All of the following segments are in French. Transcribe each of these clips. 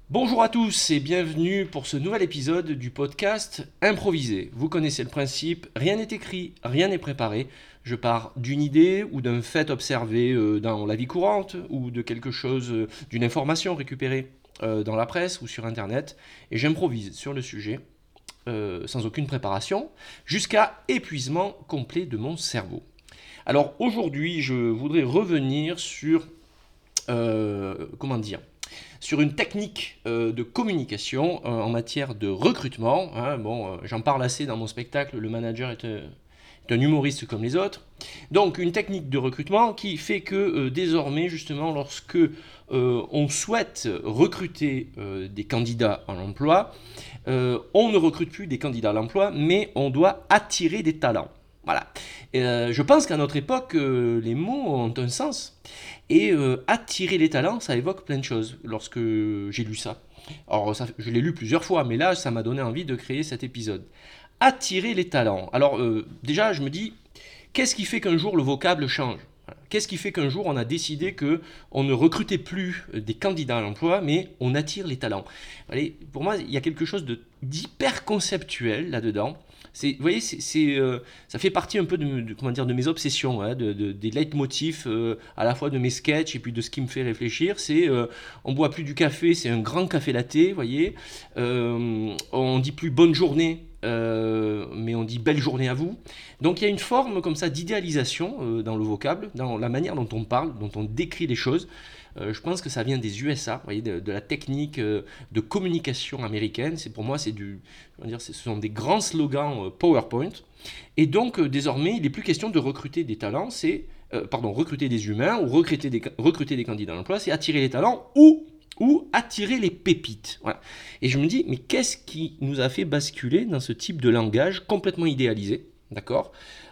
Bonjour à tous et bienvenue pour ce nouvel épisode du podcast Improvisé. Vous connaissez le principe, rien n'est écrit, rien n'est préparé. Je pars d'une idée ou d'un fait observé dans la vie courante ou de quelque chose, d'une information récupérée dans la presse ou sur internet et j'improvise sur le sujet sans aucune préparation jusqu'à épuisement complet de mon cerveau. Alors aujourd'hui je voudrais revenir sur comment dire sur une technique de communication en matière de recrutement. Hein. Bon, j'en parle assez dans mon spectacle, le manager est un humoriste comme les autres. Donc une technique de recrutement qui fait que désormais, justement, lorsque on souhaite recruter des candidats à l'emploi, on ne recrute plus des candidats à l'emploi, mais on doit attirer des talents. Voilà. Je pense qu'à notre époque, les mots ont un sens. Et attirer les talents, ça évoque plein de choses lorsque j'ai lu ça. Alors, ça, je l'ai lu plusieurs fois, mais là, ça m'a donné envie de créer cet épisode. Attirer les talents. Alors, déjà, je me dis, qu'est-ce qui fait qu'un jour le vocable change? Voilà. Qu'est-ce qui fait qu'un jour on a décidé que on ne recrutait plus des candidats à l'emploi, mais on attire les talents? Allez, pour moi, il y a quelque chose d'hyper conceptuel là-dedans. Vous voyez, ça fait partie un peu comment dire, de mes obsessions, hein, des leitmotifs à la fois de mes sketchs et puis de ce qui me fait réfléchir. On boit plus du café, c'est un grand café latte, vous voyez. On dit plus bonne journée, mais on dit belle journée à vous. Donc il y a une forme comme ça d'idéalisation dans le vocable, dans la manière dont on parle, dont on décrit les choses. Je pense que ça vient des USA, vous voyez, de la technique de communication américaine. Pour moi, ce sont des grands slogans PowerPoint. Et donc, désormais, il n'est plus question de recruter des talents, recruter des humains ou recruter des candidats à l'emploi, c'est attirer les talents ou attirer les pépites. Voilà. Et je me dis, mais qu'est-ce qui nous a fait basculer dans ce type de langage complètement idéalisé? D'accord.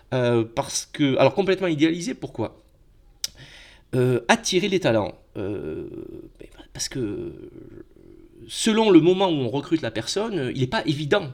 Alors complètement idéalisé, pourquoi? Attirer les talents. Parce que selon le moment où on recrute la personne, il n'est pas évident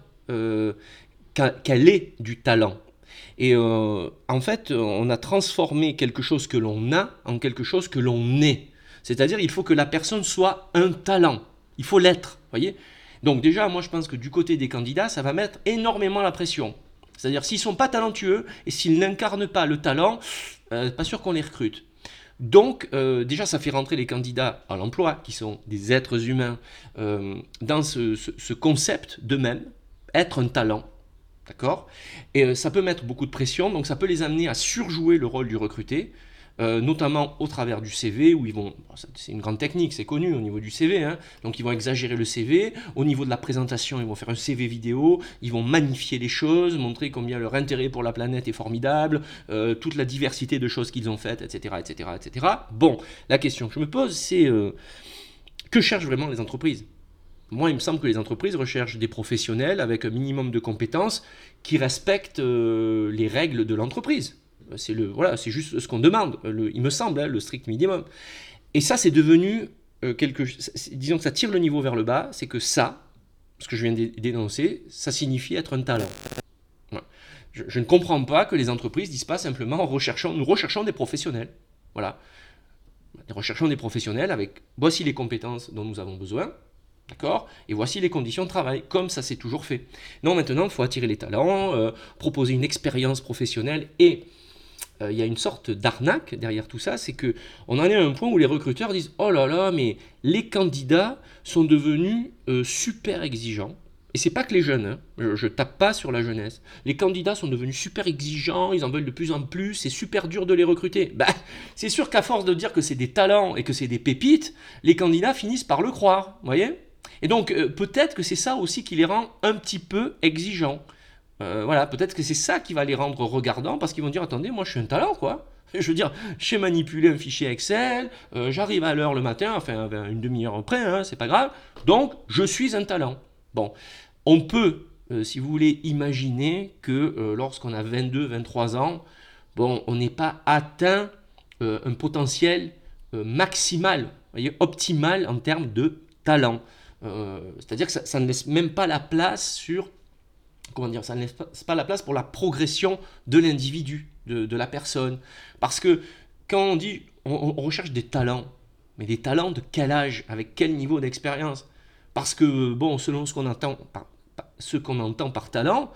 qu'elle ait du talent. Et en fait, on a transformé quelque chose que l'on a en quelque chose que l'on est. C'est-à-dire, il faut que la personne soit un talent. Il faut l'être, voyez. Donc déjà, moi, je pense que du côté des candidats, ça va mettre énormément la pression. C'est-à-dire, s'ils ne sont pas talentueux et s'ils n'incarnent pas le talent, pas sûr qu'on les recrute. Donc, déjà, ça fait rentrer les candidats à l'emploi, qui sont des êtres humains, dans ce concept d'eux-mêmes, être un talent. D'accord. Et ça peut mettre beaucoup de pression, donc ça peut les amener à surjouer le rôle du recruté, notamment au travers du CV, où ils vont, c'est une grande technique, c'est connu au niveau du CV, hein, donc ils vont exagérer le CV, au niveau de la présentation, ils vont faire un CV vidéo, ils vont magnifier les choses, montrer combien leur intérêt pour la planète est formidable, toute la diversité de choses qu'ils ont faites, etc., etc., etc. Bon, la question que je me pose, c'est que cherchent vraiment les entreprises? Moi, il me semble que les entreprises recherchent des professionnels avec un minimum de compétences qui respectent les règles de l'entreprise. C'est juste ce qu'on demande, il me semble, hein, le strict minimum. Et ça, c'est devenu disons que ça tire le niveau vers le bas, c'est que ça, ce que je viens de dénoncer, ça signifie être un talent. Voilà. Je ne comprends pas que les entreprises disent pas simplement nous recherchons des professionnels. Voilà. Nous recherchons des professionnels avec voici les compétences dont nous avons besoin. D'accord. Et voici les conditions de travail, comme ça s'est toujours fait. Non, maintenant, il faut attirer les talents, proposer une expérience professionnelle et il y a une sorte d'arnaque derrière tout ça, c'est que on en est à un point où les recruteurs disent oh là là, mais les candidats sont devenus super exigeants. Et c'est pas que les jeunes, hein. Je tape pas sur la jeunesse. Les candidats sont devenus super exigeants, ils en veulent de plus en plus, c'est super dur de les recruter. Bah, c'est sûr qu'à force de dire que c'est des talents et que c'est des pépites, les candidats finissent par le croire, vous voyez. Et donc peut-être que c'est ça aussi qui les rend un petit peu exigeants. Voilà, peut-être que c'est ça qui va les rendre regardants parce qu'ils vont dire attendez, moi je suis un talent quoi. Je veux dire, je sais manipuler un fichier Excel, j'arrive à l'heure le matin, enfin une demi-heure près, hein, c'est pas grave. Donc je suis un talent. Bon, on peut, si vous voulez, imaginer que lorsqu'on a 22, 23 ans, bon, on n'est pas atteint un potentiel maximal, voyez, optimal en termes de talent. C'est-à-dire que ça ne laisse même pas la place ça ne laisse pas la place pour la progression de l'individu, de la personne. Parce que quand on dit on recherche des talents, mais des talents de quel âge, avec quel niveau d'expérience? Parce que, bon, selon ce qu'on entend par talent,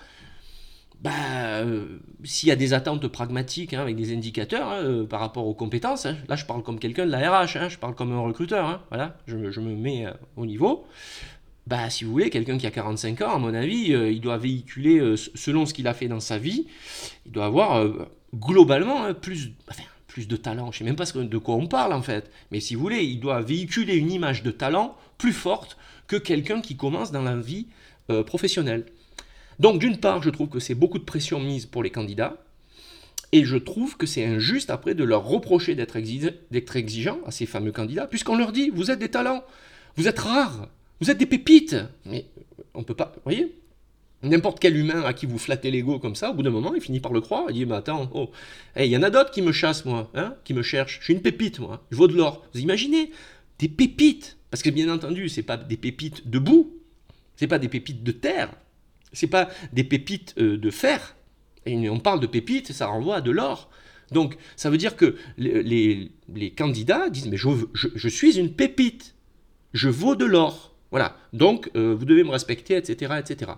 s'il y a des attentes pragmatiques, hein, avec des indicateurs, hein, par rapport aux compétences, hein, là je parle comme quelqu'un de la RH, hein, je parle comme un recruteur, hein, voilà, je me mets au niveau. Si vous voulez, quelqu'un qui a 45 ans, à mon avis, il doit véhiculer, selon ce qu'il a fait dans sa vie, il doit avoir globalement, hein, plus de talent. Je ne sais même pas de quoi on parle en fait. Mais si vous voulez, il doit véhiculer une image de talent plus forte que quelqu'un qui commence dans la vie professionnelle. Donc d'une part, je trouve que c'est beaucoup de pression mise pour les candidats, et je trouve que c'est injuste après de leur reprocher d'être exigeants à ces fameux candidats, puisqu'on leur dit, vous êtes des talents, vous êtes rares, vous êtes des pépites. Mais on peut pas, vous voyez, n'importe quel humain à qui vous flattez l'ego comme ça, au bout d'un moment, il finit par le croire, il dit, mais attends, oh, il y en a d'autres qui me chassent moi, hein, qui me cherchent, je suis une pépite moi, je vaux de l'or. Vous imaginez, des pépites, parce que bien entendu, c'est pas des pépites de boue, c'est pas des pépites de terre, c'est pas des pépites de fer. Et on parle de pépites, ça renvoie à de l'or. Donc ça veut dire que les candidats disent, mais je suis une pépite, je vaux de l'or. Voilà, donc vous devez me respecter, etc., etc.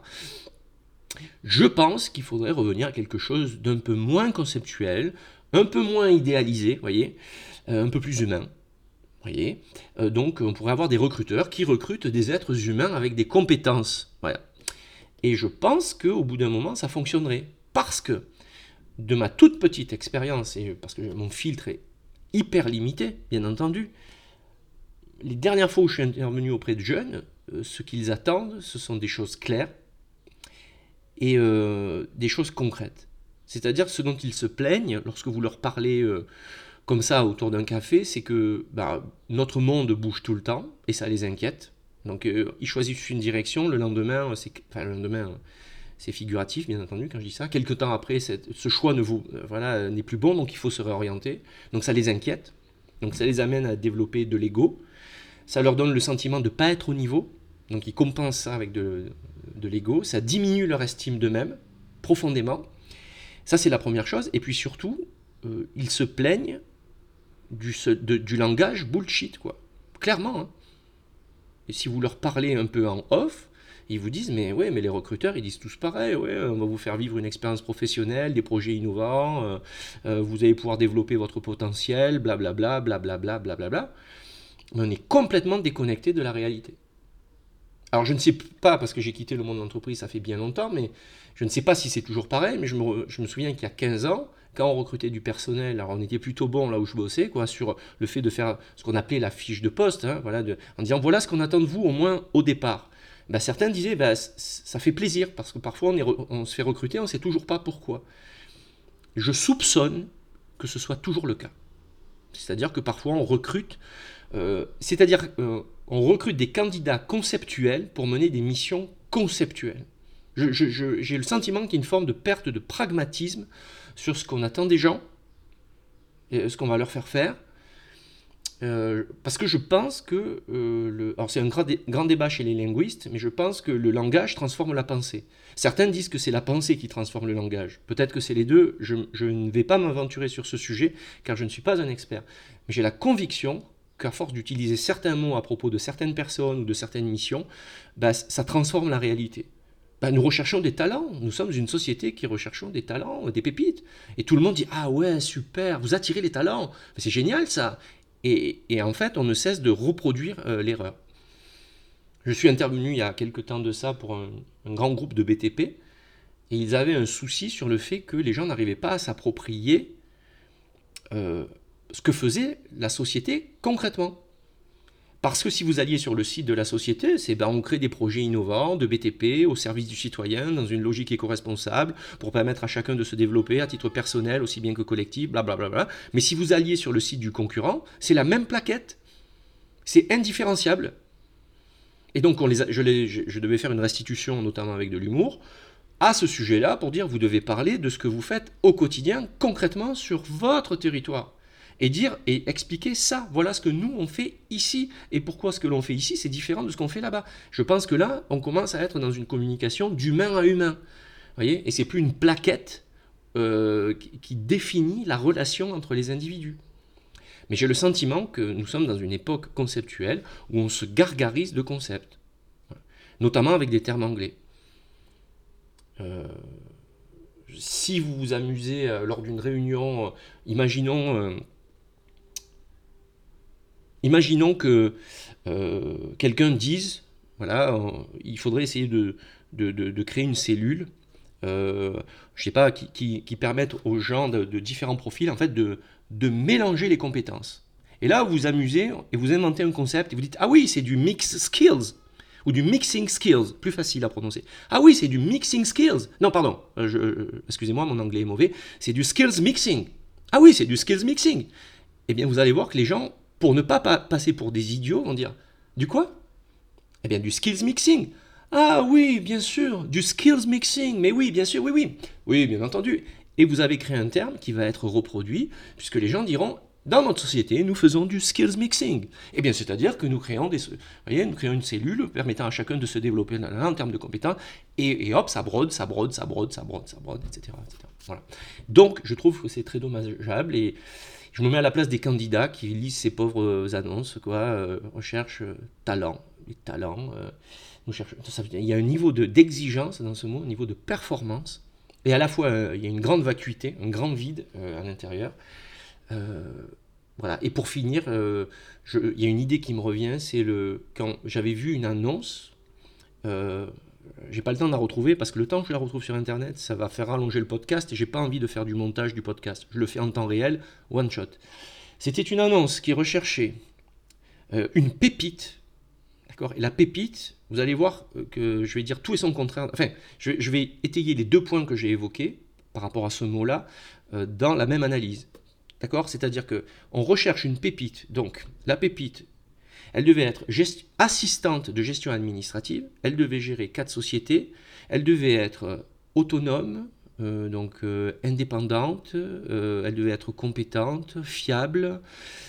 Je pense qu'il faudrait revenir à quelque chose d'un peu moins conceptuel, un peu moins idéalisé, voyez, un peu plus humain. Voyez, donc on pourrait avoir des recruteurs qui recrutent des êtres humains avec des compétences. Voilà. Et je pense qu'au bout d'un moment, ça fonctionnerait. Parce que, de ma toute petite expérience, et parce que mon filtre est hyper limité, bien entendu, les dernières fois où je suis intervenu auprès de jeunes, ce qu'ils attendent, ce sont des choses claires et des choses concrètes. C'est-à-dire ce dont ils se plaignent lorsque vous leur parlez comme ça autour d'un café, c'est que notre monde bouge tout le temps et ça les inquiète. Donc ils choisissent une direction, le lendemain, c'est figuratif bien entendu quand je dis ça. Quelque temps après, ce choix n'est plus bon, donc il faut se réorienter. Donc ça les inquiète, donc ça les amène à développer de l'ego. Ça leur donne le sentiment de ne pas être au niveau, donc ils compensent ça avec de l'ego. Ça diminue leur estime d'eux-mêmes profondément. Ça c'est la première chose. Et puis surtout, ils se plaignent du langage bullshit, quoi. Clairement, hein. Et si vous leur parlez un peu en off, ils vous disent, mais les recruteurs, ils disent tous pareil, on va vous faire vivre une expérience professionnelle, des projets innovants, vous allez pouvoir développer votre potentiel, blablabla, blablabla, blablabla. Mais on est complètement déconnecté de la réalité. Alors je ne sais pas, parce que j'ai quitté le monde de l'entreprise, ça fait bien longtemps, mais je ne sais pas si c'est toujours pareil, mais je me souviens qu'il y a 15 ans, quand on recrutait du personnel, alors on était plutôt bon là où je bossais, quoi, sur le fait de faire ce qu'on appelait la fiche de poste, hein, en disant voilà ce qu'on attend de vous au moins au départ. Certains disaient ça fait plaisir, parce que parfois on se fait recruter, on ne sait toujours pas pourquoi. Je soupçonne que ce soit toujours le cas. C'est-à-dire que parfois on recrute, on recrute des candidats conceptuels pour mener des missions conceptuelles. J'ai le sentiment qu'il y a une forme de perte de pragmatisme sur ce qu'on attend des gens et ce qu'on va leur faire faire. Parce que je pense que, alors c'est un grand débat chez les linguistes, mais je pense que le langage transforme la pensée. Certains disent que c'est la pensée qui transforme le langage. Peut-être que c'est les deux, je ne vais pas m'aventurer sur ce sujet, car je ne suis pas un expert. Mais j'ai la conviction qu'à force d'utiliser certains mots à propos de certaines personnes ou de certaines missions, ça transforme la réalité. Nous recherchons des talents, nous sommes une société qui recherchons des talents, des pépites. Et tout le monde dit « Ah ouais, super, vous attirez les talents, c'est génial ça !» Et en fait, on ne cesse de reproduire l'erreur. Je suis intervenu il y a quelque temps de ça pour un grand groupe de BTP, et ils avaient un souci sur le fait que les gens n'arrivaient pas à s'approprier ce que faisait la société concrètement. Parce que si vous alliez sur le site de la société, on crée des projets innovants de BTP au service du citoyen dans une logique éco-responsable pour permettre à chacun de se développer à titre personnel aussi bien que collectif, blablabla. Mais si vous alliez sur le site du concurrent, c'est la même plaquette. C'est indifférenciable. Et donc je devais faire une restitution, notamment avec de l'humour, à ce sujet-là pour dire vous devez parler de ce que vous faites au quotidien, concrètement sur votre territoire. Et expliquer ça, voilà ce que nous on fait ici, et pourquoi ce que l'on fait ici c'est différent de ce qu'on fait là-bas. Je pense que là, on commence à être dans une communication d'humain à humain, voyez, et c'est plus une plaquette qui définit la relation entre les individus. Mais j'ai le sentiment que nous sommes dans une époque conceptuelle où on se gargarise de concepts. notamment avec des termes anglais. Si vous vous amusez lors d'une réunion, imaginons que quelqu'un dise, voilà, il faudrait essayer de créer une cellule, je sais pas, qui permette aux gens de différents profils, en fait, de mélanger les compétences. Et là, vous vous amusez et vous inventez un concept et vous dites, ah oui, c'est du mix skills. Ou du mixing skills, plus facile à prononcer. Ah oui, c'est du mixing skills. Non, pardon, excusez-moi, mon anglais est mauvais. C'est du skills mixing. Ah oui, c'est du skills mixing. Eh bien, vous allez voir que les gens, pour ne pas passer pour des idiots, vont dire, du quoi? Eh bien, du skills mixing. Ah oui, bien sûr, du skills mixing. Mais oui, bien sûr, oui, oui. Oui, bien entendu. Et vous avez créé un terme qui va être reproduit, puisque les gens diront, dans notre société, nous faisons du skills mixing. Eh bien, c'est-à-dire que nous créons une cellule permettant à chacun de se développer en termes de compétences, et hop, ça brode, etc., etc. Voilà. Donc, je trouve que c'est très dommageable, et je me mets à la place des candidats qui lisent ces pauvres annonces, quoi, recherche talent, les talents. Il y a un niveau d'exigence dans ce mot, un niveau de performance, et à la fois, il y a une grande vacuité, un grand vide à l'intérieur. Voilà. Et pour finir, il y a une idée qui me revient, c'est quand j'avais vu une annonce, j'ai pas le temps de la retrouver parce que le temps que je la retrouve sur internet, ça va faire rallonger le podcast et j'ai pas envie de faire du montage du podcast. Je le fais en temps réel, one shot. C'était une annonce qui recherchait une pépite, d'accord. Et la pépite, vous allez voir que je vais dire tout et son contraire. Enfin, je vais étayer les 2 points que j'ai évoqués par rapport à ce mot-là dans la même analyse. D'accord? C'est-à-dire qu'on recherche une pépite. Donc, la pépite, elle devait être assistante de gestion administrative, elle devait gérer 4 sociétés, elle devait être autonome, indépendante, elle devait être compétente, fiable,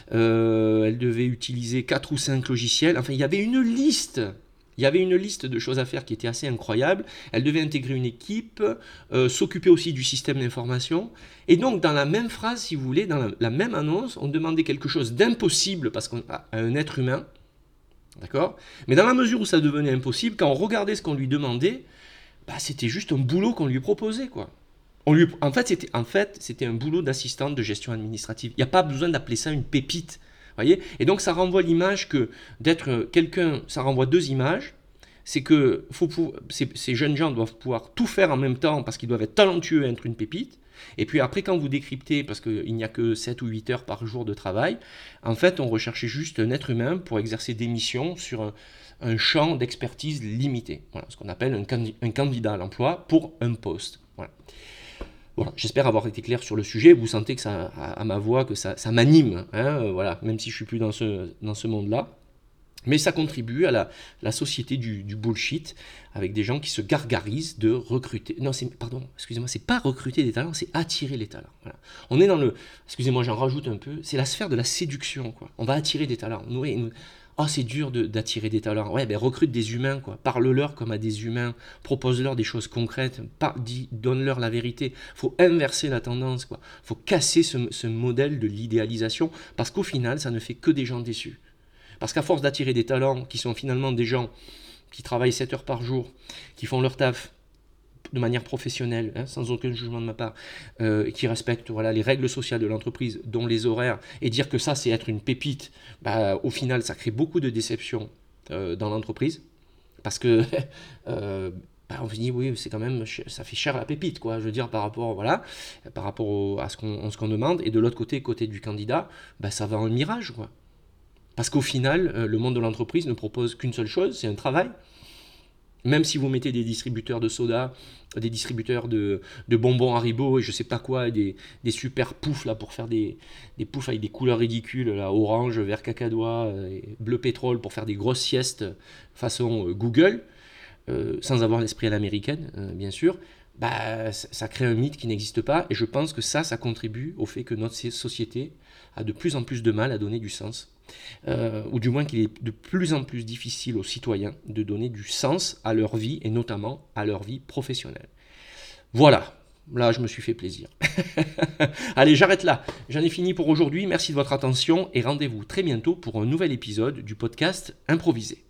elle devait utiliser 4 ou 5 logiciels. Enfin, il y avait une liste. Il y avait une liste de choses à faire qui était assez incroyable. Elle devait intégrer une équipe, s'occuper aussi du système d'information. Et donc, dans la même phrase, si vous voulez, dans la même annonce, on demandait quelque chose d'impossible parce qu'on a un être humain. D'accord? Mais dans la mesure où ça devenait impossible, quand on regardait ce qu'on lui demandait, c'était juste un boulot qu'on lui proposait, quoi. En fait, c'était un boulot d'assistante de gestion administrative. Il n'y a pas besoin d'appeler ça une pépite. Voyez. Et donc ça renvoie l'image que d'être quelqu'un, ça renvoie 2 images. C'est que ces jeunes gens doivent pouvoir tout faire en même temps parce qu'ils doivent être talentueux et être une pépite. Et puis après, quand vous décryptez, parce qu'il n'y a que 7 ou 8 heures par jour de travail, en fait, on recherchait juste un être humain pour exercer des missions sur un champ d'expertise limité. Voilà, ce qu'on appelle un candidat à l'emploi pour un poste. Voilà. Voilà, j'espère avoir été clair sur le sujet. Vous sentez que ça, à ma voix, que ça m'anime, hein, voilà, même si je suis plus dans ce monde-là. Mais ça contribue à la société du bullshit, avec des gens qui se gargarisent de recruter. Non, excusez-moi, c'est pas recruter des talents, c'est attirer les talents. Voilà. On est dans excusez-moi, j'en rajoute un peu, c'est la sphère de la séduction, quoi. On va attirer des talents. Oh, c'est dur d'attirer des talents. Ouais, recrute des humains, quoi. Parle-leur comme à des humains. Propose-leur des choses concrètes. Donne-leur la vérité. Faut inverser la tendance, quoi. Faut casser ce modèle de l'idéalisation parce qu'au final, ça ne fait que des gens déçus. Parce qu'à force d'attirer des talents qui sont finalement des gens qui travaillent 7 heures par jour, qui font leur taf de manière professionnelle, sans aucun jugement de ma part, qui respectent les règles sociales de l'entreprise, dont les horaires, et dire que ça c'est être une pépite, au final ça crée beaucoup de déception dans l'entreprise, parce que on se dit oui, c'est quand même, ça fait cher la pépite, quoi, je veux dire, par rapport à ce qu'on demande, et de l'autre côté du candidat, ça va un mirage, quoi. Parce qu'au final, le monde de l'entreprise ne propose qu'une seule chose, c'est un travail. Même si vous mettez des distributeurs de soda, des distributeurs de bonbons Haribo et je sais pas quoi, des super poufs là pour faire des poufs avec des couleurs ridicules, là, orange, vert cacadois, bleu pétrole pour faire des grosses siestes façon Google, sans avoir l'esprit à l'américaine, bien sûr, ça crée un mythe qui n'existe pas et je pense que ça contribue au fait que notre société a de plus en plus de mal à donner du sens. Ou du moins qu'il est de plus en plus difficile aux citoyens de donner du sens à leur vie et notamment à leur vie professionnelle. Voilà, là je me suis fait plaisir. Allez, j'arrête là, j'en ai fini pour aujourd'hui, merci de votre attention et rendez-vous très bientôt pour un nouvel épisode du podcast Improvisé.